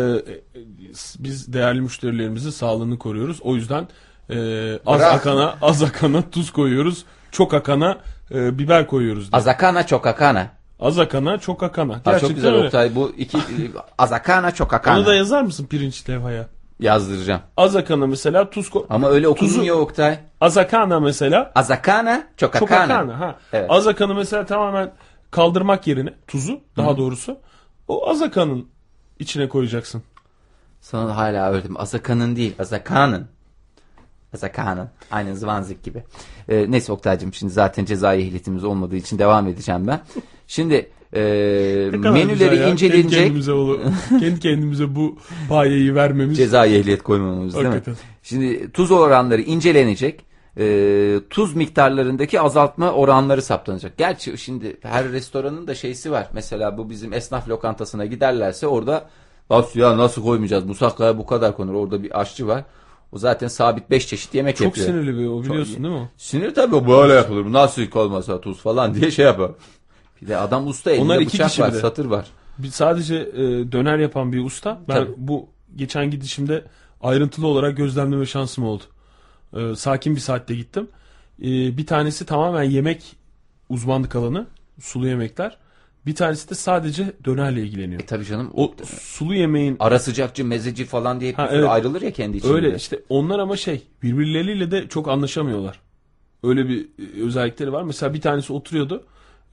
Biz değerli müşterilerimizin sağlığını koruyoruz. O yüzden az akana tuz koyuyoruz. çok akana biber koyuyoruz diye.
Azakana çok akana.
Az akana çok akana.
Gerçekten çok güzel öyle. Oktay. Bu iki azakana çok akana.
Onu da yazar mısın pirinç levhaya?
Yazdıracağım.
Azakana mesela tuz
ama öyle okunmuyor Oktay.
Azakana mesela.
Azakana çok akana.
Çok akana. Ha.
Evet.
Azakanı mesela tamamen kaldırmak yerine tuzu daha doğrusu o azakanın içine koyacaksın.
Sana da hala öğrettim. Azakanın değil, azakanın. Azakanın. Aynen Zvanzik gibi. Neyse Oktay'cığım şimdi zaten cezai ehliyetimiz olmadığı için devam edeceğim ben. Şimdi menüleri incelenecek.
Kendi kendimize bu payeyi vermemiz.
Cezai ehliyet koymamamız değil mi? Şimdi tuz oranları incelenecek. Tuz miktarlarındaki azaltma oranları saptanacak. Gerçi şimdi her restoranın da şeysi var. Mesela bu bizim esnaf lokantasına giderlerse orada ya nasıl koymayacağız? Musakkaya bu kadar konur. Orada bir aşçı var. O zaten sabit 5 çeşit yemek
çok
yapıyor.
Çok sinirli bir o biliyorsun değil mi?
Sinir tabii böyle yapılır. Nasıl olmasa tuz falan diye şey yapar. Bir de adam usta elinde bıçak var, satır var.
Sadece döner yapan bir usta. Ben tabii. Bu geçen gidişimde ayrıntılı olarak gözlemleme şansım oldu. Sakin bir saatte gittim. Bir tanesi tamamen yemek uzmanlık alanı. Sulu yemekler. Bir tanesi de sadece dönerle ilgileniyor.
Tabii canım.
O sulu yemeğin...
Ara sıcakçı, mezeci falan diye bir sürü ayrılır ya kendi içinde.
Öyle işte onlar ama birbirleriyle de çok anlaşamıyorlar. Öyle bir özellikleri var. Mesela bir tanesi oturuyordu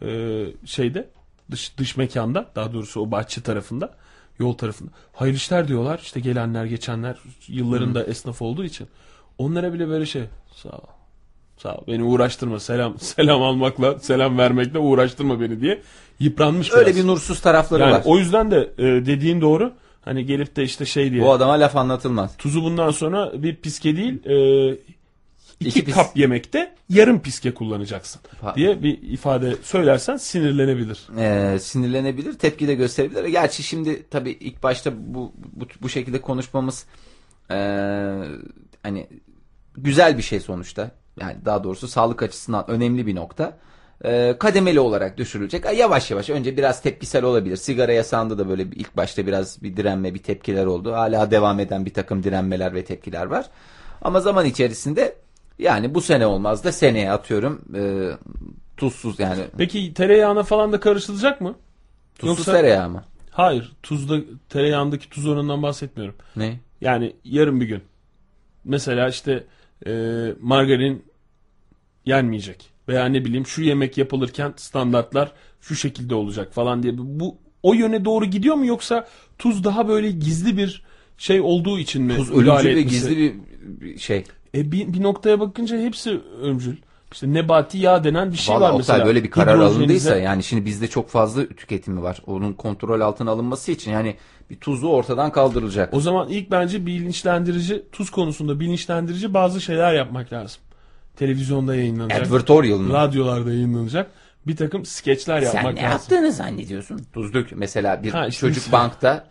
dış mekanda, daha doğrusu o bahçe tarafında, yol tarafında. Hayırlı işler diyorlar. İşte gelenler geçenler yıllarında esnaf olduğu için. Onlara bile böyle sağ ol. Sağ ol. Beni uğraştırma. Selam almakla, selam vermekle uğraştırma beni diye yıpranmış
öyle
biraz.
bir nursuz tarafları
yani
var.
O yüzden de dediğin doğru. Hani gelip de işte diye.
Bu adama laf anlatılmaz.
Tuzu bundan sonra bir piske değil, iki kap yemekte yarım piske kullanacaksın diye bir ifade söylersen sinirlenebilir.
Sinirlenebilir, tepki de gösterebilir. Gerçi şimdi tabii ilk başta bu şekilde konuşmamız hani güzel bir şey sonuçta. Yani daha doğrusu sağlık açısından önemli bir nokta. Kademeli olarak düşürülecek. Yavaş yavaş önce biraz tepkisel olabilir. Sigara yasağında da böyle ilk başta biraz bir direnme, bir tepkiler oldu. Hala devam eden bir takım direnmeler ve tepkiler var. Ama zaman içerisinde yani bu sene olmaz da seneye atıyorum tuzsuz yani.
Peki tereyağına falan da karışılacak mı?
Tuzsuz tereyağı mı?
Hayır. Tereyağındaki tuz oranından bahsetmiyorum.
Ne?
Yani yarın bir gün. Mesela işte margarin yenmeyecek. Veya ne bileyim şu yemek yapılırken standartlar şu şekilde olacak falan diye. Bu o yöne doğru gidiyor mu yoksa tuz daha böyle gizli bir şey olduğu için mi?
Tuz ölümcül ve gizli bir şey.
Bir noktaya bakınca hepsi ölümcül. İşte nebati yağ denen bir şey var mesela.
Vallahi böyle bir karar alındıysa yani şimdi bizde çok fazla tüketimi var. Onun kontrol altına alınması için yani bir tuzu ortadan kaldırılacak.
O zaman ilk bence tuz konusunda bilinçlendirici bazı şeyler yapmak lazım. Televizyonda yayınlanacak.
Advertorial mı?
Radyolarda yayınlanacak. Bir takım skeçler yapmak lazım.
Sen ne yaptığını zannediyorsun? Tuz dök. Mesela bir çocuk bankta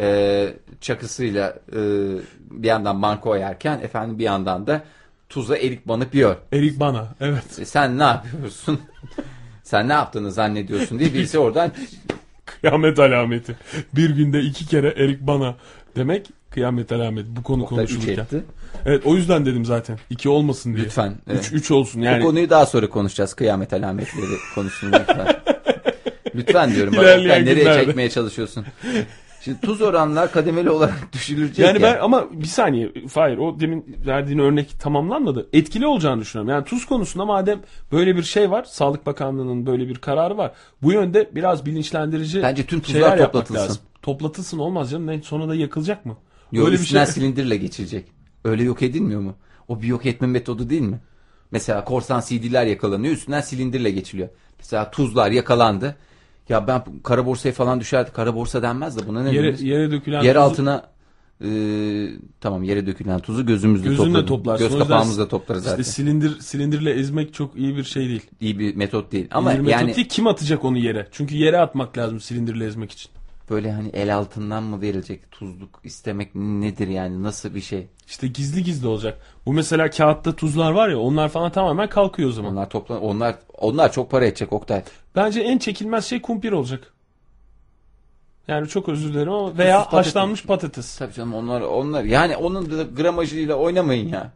çakısıyla bir yandan banka oyarken bir yandan da tuza erik banıp yiyor.
Erik bana, evet.
Sen ne yapıyorsun? Sen ne yaptığını zannediyorsun diye birisi oradan...
Kıyamet alameti. Bir günde 2 kere erik bana demek kıyamet alameti. Bu konu konuşulurken. Evet, o yüzden dedim zaten. 2 olmasın diye.
Lütfen.
3 olsun yani.
Bu konuyu daha sonra konuşacağız. Kıyamet alametleri konusunu lütfen. Lütfen diyorum. Bak, nereye çekmeye çalışıyorsun? Şimdi tuz oranlar kademeli olarak düşürülecek.
Yani ben ama bir saniye Fahir, o demin verdiğin örnek tamamlanmadı. Etkili olacağını düşünüyorum. Yani tuz konusunda madem böyle bir şey var, Sağlık Bakanlığı'nın böyle bir kararı var. Bu yönde biraz bilinçlendirici
bence tüm tuzlar toplatılsın.
Toplatılsın olmaz canım. Sonra da yakılacak mı?
Yok, öyle üstünden silindirle geçilecek. Öyle yok edilmiyor mu? O bir yok etme metodu değil mi? Mesela korsan CD'ler yakalanıyor, üstünden silindirle geçiliyor. Mesela tuzlar yakalandı. Ya ben kara borsaya falan düşerdi. Kara borsa denmez de buna ne denir?
Yere dökülen
yer altına tamam, yere dökülen tuzu gözümüzle toplarsın. Göz kapağımızla toplarız zaten.
İşte silindirle ezmek çok iyi bir şey değil.
İyi bir metot değil. Ama
iyi bir metot değil. Kim atacak onu yere? Çünkü yere atmak lazım silindirle ezmek için.
Böyle hani el altından mı verilecek tuzluk istemek nedir yani, nasıl bir şey?
İşte gizli olacak. Bu mesela kağıtta tuzlar var ya, onlar falan tamamen kalkıyor o zaman.
Onlar çok para edecek Oktay.
Bence en çekilmez şey kumpir olacak. Yani çok özür dilerim ama veya haşlanmış patates.
Tabii canım, onlar yani onun da gramajıyla oynamayın ya.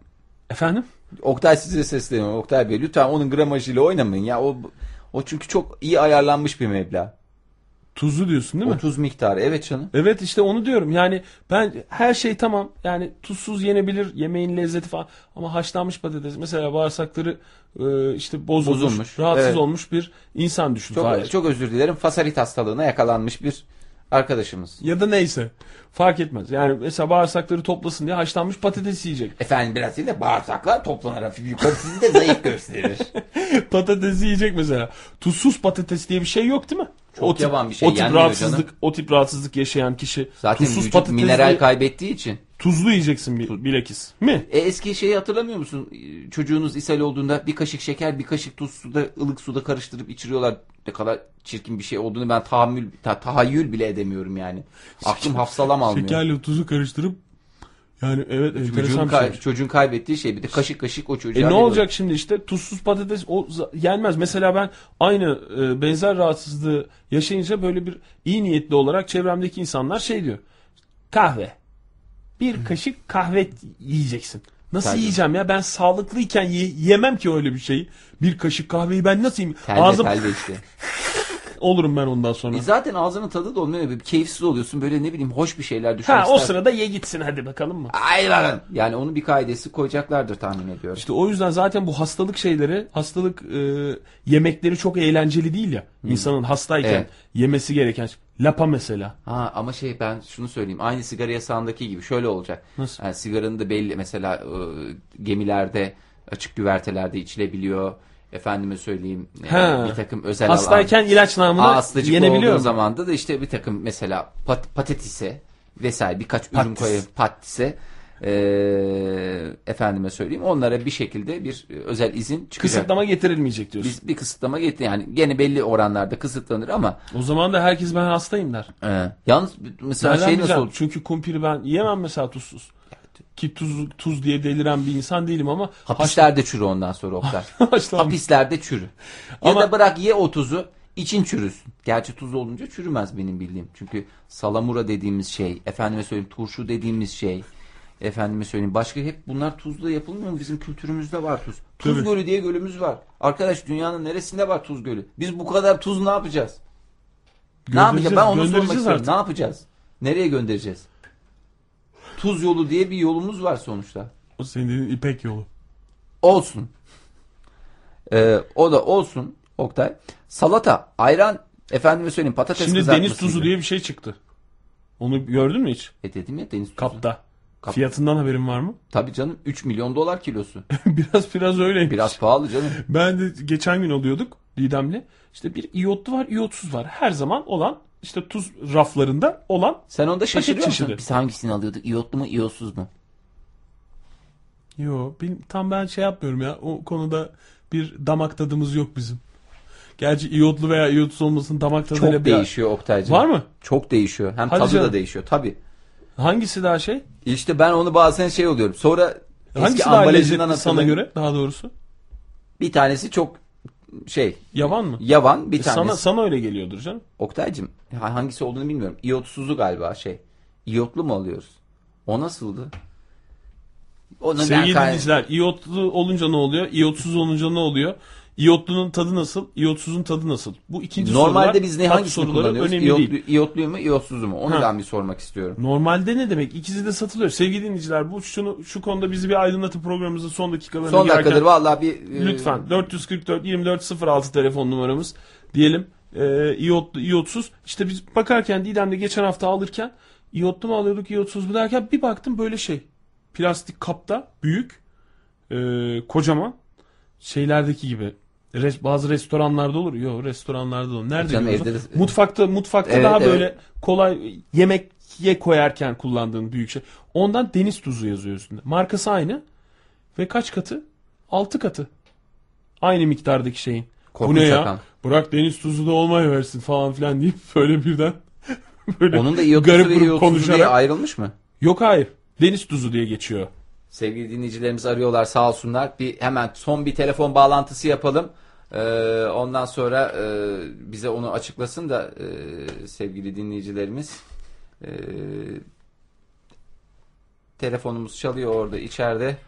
Efendim?
Oktay size sesleniyorum. Oktay Bey lütfen onun gramajıyla oynamayın ya. O çünkü çok iyi ayarlanmış bir meblağ.
Tuzlu diyorsun değil mi?
O tuz miktarı. Evet canım.
Evet işte onu diyorum. Yani ben her şey tamam. Yani tuzsuz yenebilir. Yemeğin lezzeti falan. Ama haşlanmış patates. Mesela bağırsakları işte bozulmuş. Rahatsız
Evet.
olmuş bir insan düşün.
Çok özür dilerim. Fasalit hastalığına yakalanmış bir arkadaşımız.
Ya da neyse. Fark etmez. Yani mesela bağırsakları toplasın diye haşlanmış patates yiyecek.
Efendim biraz değil de bağırsaklar toplanarak sizi de zayıf gösterir.
Patatesi yiyecek mesela. Tuzsuz patates diye bir şey yok değil mi?
Çok yavan bir şey,
O tip
yenmiyor
rahatsızlık,
canım.
o tip rahatsızlık yaşayan kişi
Zaten
tuzsuz
vücut
patates
mineral
diye
kaybettiği için.
tuzlu yiyeceksin bilakis. Mi?
Eski şeyi hatırlamıyor musun? Çocuğunuz ishal olduğunda bir kaşık şeker, bir kaşık tuz ılık suda karıştırıp içiriyorlar. Ne kadar çirkin bir şey olduğunu ben tahayyül bile edemiyorum yani. Aklım hafsalam almıyor.
Şekerle tuzu karıştırıp yani evet enteresan bir şey.
Çocuğun kaybettiği şey bir de kaşık kaşık o çocuğa.
Ne olacak şimdi işte tuzsuz patates yenmez. Mesela ben aynı benzer rahatsızlığı yaşayınca böyle bir iyi niyetli olarak çevremdeki insanlar şey diyor. Kahve. Bir kaşık kahve yiyeceksin. Nasıl
Tabii.
yiyeceğim ya? Ben sağlıklıyken yemem ki öyle bir şeyi. Bir kaşık kahveyi ben nasıl yiyeyim?
Telve işte.
Olurum ben ondan sonra.
Zaten ağzının tadı da olmuyor. Bir keyifsiz oluyorsun. Böyle ne bileyim hoş bir şeyler düşünmek
O sırada ye gitsin hadi bakalım mı?
Ay bakın. Yani onun bir kaidesi koyacaklardır tahmin ediyorum.
İşte o yüzden zaten bu hastalık şeyleri, yemekleri çok eğlenceli değil ya. İnsanın hastayken
Evet.
yemesi gereken lapa mesela.
Ama ben şunu söyleyeyim. Aynı sigara yasağındaki gibi şöyle olacak.
Nasıl?
Yani sigaranın da belli mesela gemilerde açık güvertelerde içilebiliyor. Efendime söyleyeyim bir takım özel
hastayken ilaç namına
hastacık
yenebiliyor
olduğu
mu?
zamanda da işte bir takım mesela patatese vesaire birkaç ürün koyup patatese efendime söyleyeyim onlara bir şekilde bir özel izin çıkacak.
Kısıtlama getirilmeyecek diyorsun.
Biz bir kısıtlama yani gene belli oranlarda kısıtlanır ama
O zaman da herkes ben hastayım der.
yalnız mesela
Nereden
şey nasıl
bileceğim?
olur?
Çünkü kumpiri ben yiyemem mesela tuzsuz. Ki tuz diye deliren bir insan değilim ama
Hapislerde çürü ondan sonra Oktay.
haşlanmış.
Hapislerde çürü. Ya
Ama-
da bırak ye o tuzu için çürüsün. Gerçi tuz olunca çürümez benim bildiğim. Çünkü salamura dediğimiz şey, efendime söyleyeyim turşu dediğimiz şey, efendime söyleyeyim başka hep bunlar tuzla yapılmıyor mu? Bizim kültürümüzde var tuz. Tuz
Tabii.
Gölü diye gölümüz var. Arkadaş dünyanın neresinde var Tuz Gölü? Biz bu kadar tuz ne yapacağız? Ne yapacağız? Ben onu sormak
Göndereceğiz
istiyorum.
artık.
Ne yapacağız? Nereye göndereceğiz? Tuz yolu diye bir yolumuz var sonuçta.
O senin dediğin İpek yolu.
Olsun. O da olsun Oktay. Salata, ayran, efendime söyleyeyim patates
Şimdi
kızartması
deniz tuzu
gibi.
diye bir şey çıktı. Onu gördün mü hiç?
Dedim ya deniz tuzu.
Kapta.
Kap-
Fiyatından haberin var mı?
Tabii canım 3 milyon dolar kilosu.
biraz öyleymiş.
Biraz pahalı canım.
Ben de geçen gün oluyorduk Didem'le. İşte bir iyotlu var, iyotsuz var. Her zaman olan işte tuz raflarında olan
Sen onda şaşırıyor musun?
çeşidi.
Biz hangisini alıyorduk? İyotlu mu, iyotsuz mu?
tam ben şey yapmıyorum ya. O konuda bir damak tadımız yok bizim. Gerçi iyotlu veya iyotsuz olmasının damak tadıyla
Çok değişiyor Oktaycığım.
Var mı?
Çok değişiyor. Hem
Hadi
tadı
canım.
da değişiyor. Tabii.
Hangisi daha şey?
İşte ben onu bazen şey oluyorum. Sonra
Hangisi
eski
daha
ambalajından
lezzetli sana
hatırlayın.
göre daha doğrusu?
Bir tanesi çok
Yavan mı?
yavan bir tanesi.
Sana öyle geliyordur canım.
Oktay'cığım hangisi olduğunu bilmiyorum. İyotsuzu galiba İyotlu mu alıyoruz? O nasıldı? Onu
Sevgili dinleyiciler, iyotlu olunca ne oluyor? İyotsuz olunca ne oluyor? İyotlunun tadı nasıl? İyotsuzun tadı nasıl? Bu ikinci
Normalde
sorular,
biz
tat
hangisini
soruları
kullanıyoruz?
önemli değil.
İyotluyu mu, iyotsuzu mu? Onu
Ha.
ben bir sormak istiyorum.
Normalde ne demek? İkisi de satılıyor. Sevgili dinleyiciler, şu konuda bizi bir aydınlatın, programımızın son dakikalarına
Son
girerken
dakikadır vallahi bir
lütfen 444 2406 telefon numaramız diyelim. İyotsuz. İşte biz bakarken Didem'de geçen hafta alırken iyotlu mu alıyorduk, iyotsuz mu derken bir baktım böyle plastik kapta büyük kocaman şeylerdeki gibi. Bazı restoranlarda olur. Yok, restoranlarda olur. Nerede
Canım,
yiyorsun?
evde de-
Mutfakta
Evet,
daha
evet.
böyle kolay yemek koyarken kullandığın büyük şey. Ondan deniz tuzu yazıyor üstünde. Markası aynı. Ve kaç katı? 6 katı. Aynı miktardaki şeyin.
Korkunç
Bu ne ya?
rakam.
Bırak deniz tuzu da olmayı versin falan filan deyip böyle birden böyle
Onun da iyotlusu
garip
ve
grup
iyotsuzu diye
konuşarak.
ayrılmış mı?
Yok hayır. Deniz tuzu diye geçiyor.
Sevgili dinleyicilerimiz arıyorlar sağ olsunlar. Hemen son bir telefon bağlantısı yapalım. Ondan sonra bize onu açıklasın da sevgili dinleyicilerimiz. Telefonumuz çalıyor orada içeride.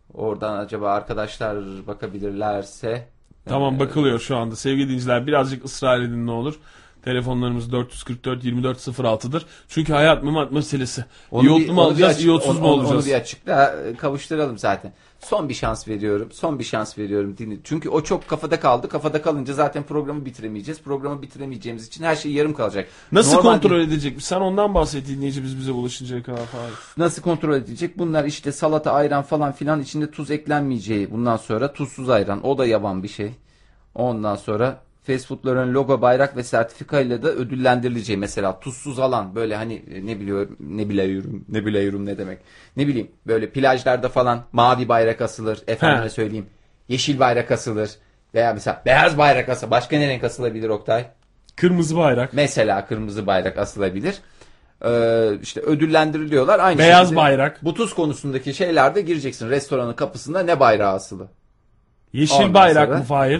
Oradan acaba arkadaşlar bakabilirlerse.
Tamam, bakılıyor şu anda. Sevgili dinleyiciler, birazcık ısrar edin ne olur. Telefonlarımız 444 2406'dır. Çünkü hayat memat meselesi. İyotlu mu alacağız, iyotsuz mu olacağız?
Onu bir açıkla, kavuşturalım zaten. Son bir şans veriyorum. Son bir şans veriyorum. Çünkü o çok kafada kaldı. Kafada kalınca zaten programı bitiremeyeceğiz. Programı bitiremeyeceğimiz için her şey yarım kalacak.
Nasıl kontrol edecek? Sen ondan bahset, dinleyicimiz bize ulaşıncaya kadar falan.
Nasıl kontrol edecek? Bunlar işte salata, ayran falan filan, içinde tuz eklenmeyeceği. Bundan sonra tuzsuz ayran. O da yavan bir şey. Ondan sonra fast food'ların logo, bayrak ve sertifikayla da ödüllendirileceği, mesela tuzsuz alan, böyle hani ne biliyorum ne demek. Ne bileyim, böyle plajlarda falan mavi bayrak asılır. Efendime söyleyeyim, yeşil bayrak asılır. Veya mesela beyaz bayrak asılır. Başka ne renk asılabilir Oktay?
Kırmızı bayrak.
Mesela kırmızı bayrak asılabilir. İşte ödüllendiriliyorlar. Aynı
beyaz
şekilde
bayrak.
bu tuz konusundaki şeylerde gireceksin. Restoranın kapısında ne bayrağı asılı?
Yeşil
Ondan
bayrak
sonra,
mı Fahir?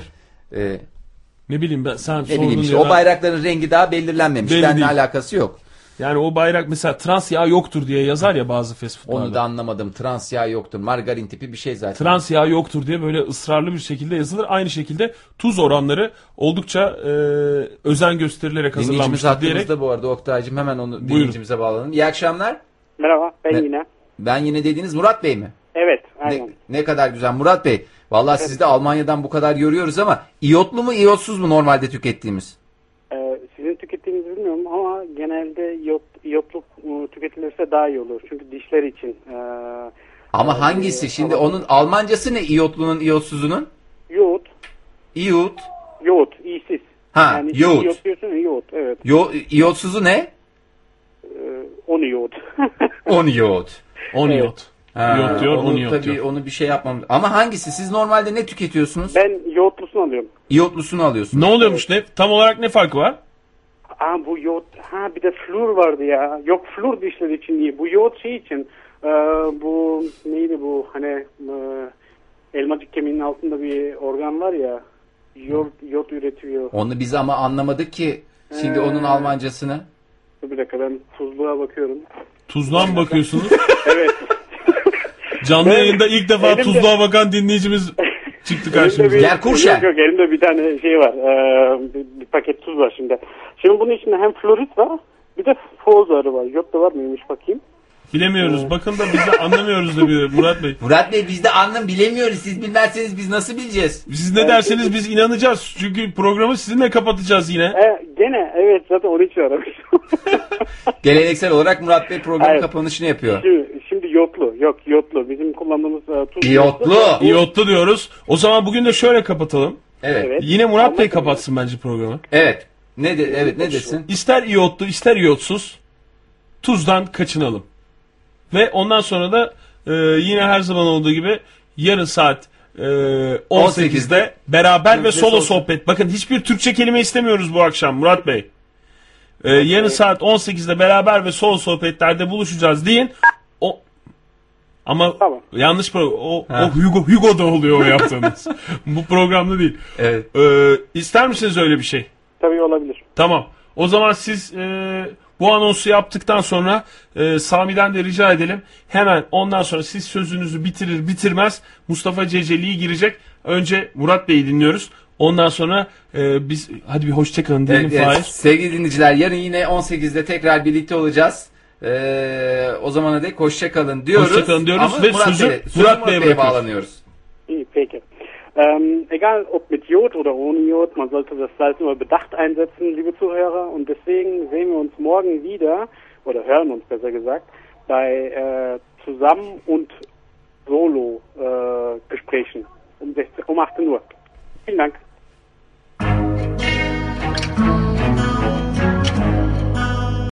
Ne
bileyim ben, sen
ne bileyim işte, o bayrakların rengi daha belirlenmemiş. Benimle alakası yok.
Yani o bayrak mesela trans yağ yoktur diye yazar ya bazı fast foodlarda.
Onu da anlamadım. Trans yağ yoktur. Margarin tipi bir şey zaten.
Trans yağ yoktur diye böyle ısrarlı bir şekilde yazılır. Aynı şekilde tuz oranları oldukça özen gösterilerek hazırlanmıştır diyerek.
Dinleyicimiz bu arada Oktay'cığım, hemen onu dinleyicimize bağlanalım. İyi akşamlar.
Merhaba, ben yine.
Ben yine dediğiniz Murat Bey mi?
Evet, aynen.
Ne kadar güzel Murat Bey. Vallahi sizi de Almanya'dan bu kadar görüyoruz ama iyotlu mu iyotsuz mu normalde tükettiğimiz?
Sizin tükettiğinizi bilmiyorum ama genelde iyotlu tüketilirse daha iyi olur. Çünkü dişler için.
Ama hangisi? Şimdi onun Almancası ne, iyotlunun iyotsuzunun?
Yoğurt.
İyot.
Yoğurt, iyisiz.
Ha,
yani
yoğurt.
Yoğurt diyorsun ya, yoğurt, evet.
İyotsuzu ne?
Onu yoğurt.
On yoğurt.
On yoğurt. Yoğurt diyor, onu yoğurt
tabii
diyor.
onu bir şey yapmam. Ama hangisi? Siz normalde ne tüketiyorsunuz?
Ben yoğurtlusunu alıyorum.
İyotlusunu alıyorsunuz.
Ne oluyormuş, ne? Tam olarak ne farkı var?
Bu yoğurt, bir de flur vardı ya. Yok, flur dişler için değil. Bu yoğurt şey için, bu neydi bu, hani elmacık kemiğinin altında bir organ var ya. Yoğurt üretiyor.
Onu biz ama anlamadık ki. Şimdi onun Almancasını.
Bir dakika, ben tuzluğa bakıyorum.
Tuzluğa mı bakıyorsunuz?
Evet.
Canlı yayında ilk defa tuzluğa bakan dinleyicimiz çıktı karşımıza.
Gel Kurşen.
Yok, elimde bir tane şey var. Bir paket tuz var şimdi. Şimdi bunun içinde hem florit var, bir de fozarı var. Yok da var mıymış, bakayım.
Bilemiyoruz. Bakın da biz de anlamıyoruz da bir Murat Bey.
Murat Bey, biz de bilemiyoruz. Siz bilmezseniz biz nasıl bileceğiz?
Siz ne derseniz biz inanacağız. Çünkü programı sizinle kapatacağız yine.
Gene evet, zaten onun için aramıştım.
Geleneksel olarak Murat Bey programın kapanışını yapıyor.
Şimdi yotlu. Yok, yotlu. Bizim kullandığımız tuz.
İyotlu diyoruz. O zaman bugün de şöyle kapatalım.
Evet.
Yine Murat Bey kapatsın bence programı.
Evet. Ne desin?
İster iyotlu ister iyotsuz tuzdan kaçınalım. Ve ondan sonra da yine her zaman olduğu gibi yarın saat 18'de beraber ve solo sohbet. Bakın, hiçbir Türkçe kelime istemiyoruz bu akşam Murat Bey. Yarın saat 18'de beraber ve solo sohbetlerde buluşacağız deyin. Ama
tamam.
Yanlış program. O Hugo'da oluyor o yaptığınız. Bu programda değil.
Evet.
İster misiniz öyle bir şey?
Tabii, olabilir.
Tamam. O zaman siz bu anonsu yaptıktan sonra Sami'den de rica edelim. Hemen ondan sonra siz sözünüzü bitirir bitirmez Mustafa Ceceli'yi girecek. Önce Murat Bey'i dinliyoruz. Ondan sonra biz hadi bir hoşçakalın diyelim.
Evet. Sevgili dinleyiciler, yarın yine 18'de tekrar birlikte olacağız. O zamana dek hoşçakalın diyoruz.
Hoşçakalın diyoruz
ama
ve sözü Murat Bey'e
bağlanıyoruz.
İyi, peki. Egal ob mit Jod oder ohne Jod, man sollte das Salz immer bedacht einsetzen, liebe Zuhörer. Und deswegen sehen wir uns morgen wieder, oder hören uns besser gesagt, bei Zusammen- und Solo-Gesprächen um 18 Uhr. Vielen Dank.